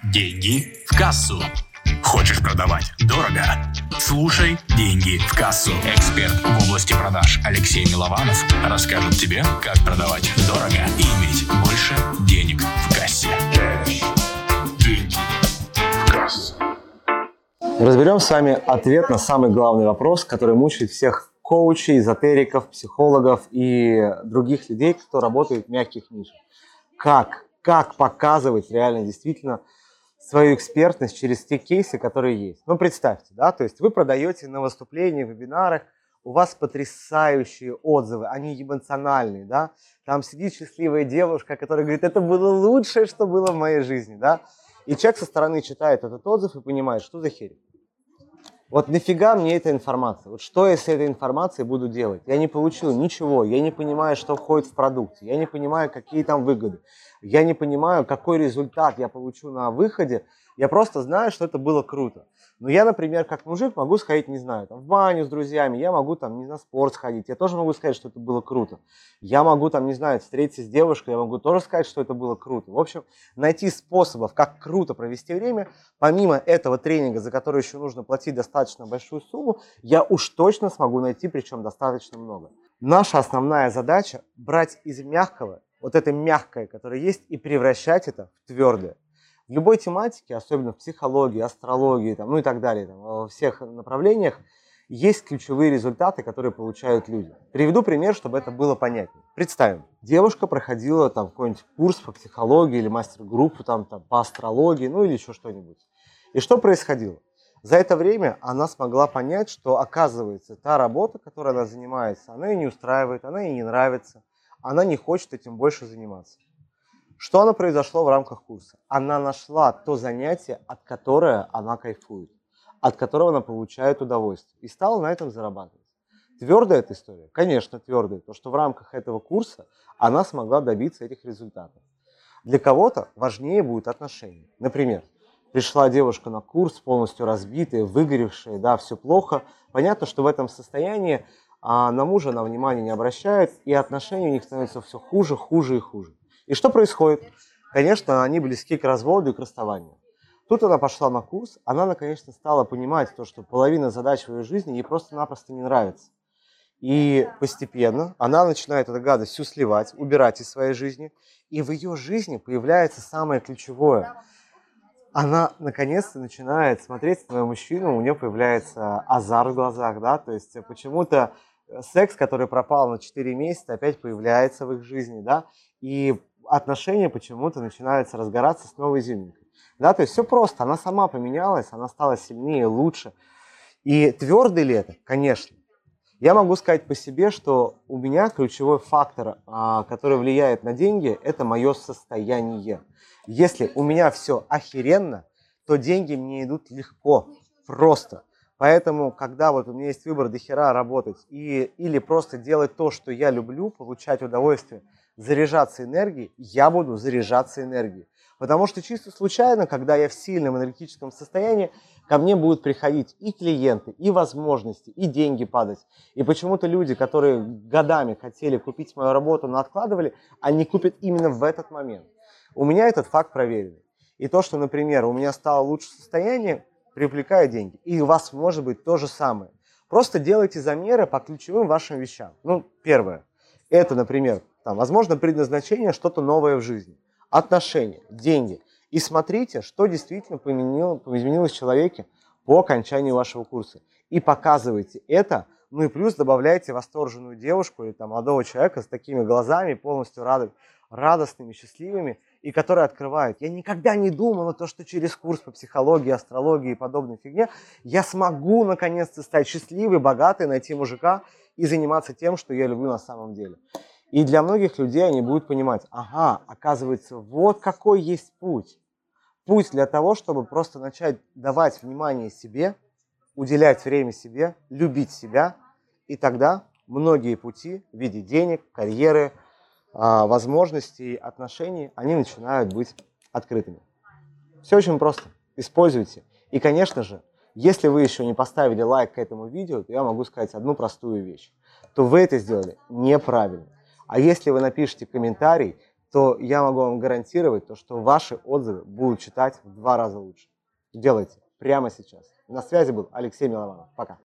Деньги в кассу. Хочешь продавать дорого? Слушай «Деньги в кассу». Эксперт в области продаж Алексей Милованов расскажет тебе, как продавать дорого и иметь больше денег в кассе. Деньги в кассу. Разберем с вами ответ на самый главный вопрос, который мучает всех коучей, эзотериков, психологов и других людей, кто работает в мягких нишах. Как показывать реально действительно свою экспертность через те кейсы, которые есть. Ну, представьте, да, то есть вы продаете на выступлении, вебинарах, у вас потрясающие отзывы, они эмоциональные, да, там сидит счастливая девушка, которая говорит, это было лучшее, что было в моей жизни, да, и человек со стороны читает этот отзыв и понимает, что за херень. Вот нафига мне эта информация? Вот что я с этой информацией буду делать? Я не получил ничего, я не понимаю, что входит в продукт, я не понимаю, какие там выгоды, я не понимаю, какой результат я получу на выходе, я просто знаю, что это было круто. Но я, например, как мужик могу сходить, не знаю, там, в баню с друзьями, я могу там, не на спорт сходить, я тоже могу сказать, что это было круто. Я могу там, не знаю, встретиться с девушкой, я могу тоже сказать, что это было круто. В общем, найти способов, как круто провести время, помимо этого тренинга, за который еще нужно платить достаточно большую сумму, я уж точно смогу найти, причем достаточно много. Наша основная задача брать из мягкого, вот это мягкое, которое есть, и превращать это в твердое. В любой тематике, особенно в психологии, астрологии, там, ну и так далее, там, во всех направлениях, есть ключевые результаты, которые получают люди. Приведу пример, чтобы это было понятнее. Представим, девушка проходила там какой-нибудь курс по психологии или мастер-группу там, по астрологии, ну или еще что-нибудь. И что происходило? За это время она смогла понять, что оказывается та работа, которой она занимается, она ее не устраивает, она ей не нравится, она не хочет этим больше заниматься. Что оно произошло в рамках курса? Она нашла то занятие, от которого она кайфует, от которого она получает удовольствие и стала на этом зарабатывать. Твердая эта история? Конечно, твердая, потому что в рамках этого курса она смогла добиться этих результатов. Для кого-то важнее будут отношения. Например, пришла девушка на курс, полностью разбитая, выгоревшая, да, все плохо. Понятно, что в этом состоянии на мужа она внимания не обращает, и отношения у них становятся все хуже, хуже и хуже. И что происходит? Конечно, они близки к разводу и к расставанию. Тут она пошла на курс, она наконец-то стала понимать то, что половина задач в ее жизни ей просто-напросто не нравится. И постепенно она начинает эту гадость всю сливать, убирать из своей жизни, и в ее жизни появляется самое ключевое. Она наконец-то начинает смотреть на своего мужчину, у нее появляется азарт в глазах, да, то есть почему-то секс, который пропал на 4 месяца, опять появляется в их жизни, да, и отношения почему-то начинаются разгораться с новой изюминкой. Да, то есть все просто, она сама поменялась, она стала сильнее, лучше. И твердый ли это? Конечно. Я могу сказать по себе, что у меня ключевой фактор, который влияет на деньги, это мое состояние. Если у меня все охеренно, то деньги мне идут легко, просто. Поэтому, когда вот у меня есть выбор дохера работать или просто делать то, что я люблю, получать удовольствие, заряжаться энергией, я буду заряжаться энергией. Потому что чисто случайно, когда я в сильном энергетическом состоянии, ко мне будут приходить и клиенты, и возможности, и деньги падать. И почему-то люди, которые годами хотели купить мою работу, но откладывали, они купят именно в этот момент. У меня этот факт проверен. И то, что, например, у меня стало лучше состояние, привлекает деньги. И у вас может быть то же самое. Просто делайте замеры по ключевым вашим вещам. Ну, первое. Это, например, возможно, предназначение, что-то новое в жизни. Отношения, деньги. И смотрите, что действительно изменилось в человеке по окончанию вашего курса. И показывайте это, ну и плюс добавляйте восторженную девушку или молодого человека с такими глазами, полностью радостными, счастливыми, и которые открывают. Я никогда не думала, что через курс по психологии, астрологии и подобной фигне я смогу наконец-то стать счастливой, богатой, найти мужика и заниматься тем, что я люблю на самом деле. И для многих людей они будут понимать, ага, оказывается, вот какой есть путь. Путь для того, чтобы просто начать давать внимание себе, уделять время себе, любить себя. И тогда многие пути в виде денег, карьеры, возможностей, отношений, они начинают быть открытыми. Все очень просто. Используйте. И, конечно же, если вы еще не поставили лайк к этому видео, то я могу сказать одну простую вещь. То вы это сделали неправильно. А если вы напишите комментарий, то я могу вам гарантировать, то, что ваши отзывы будут читать в 2 раза лучше. Делайте прямо сейчас. На связи был Алексей Милованов. Пока.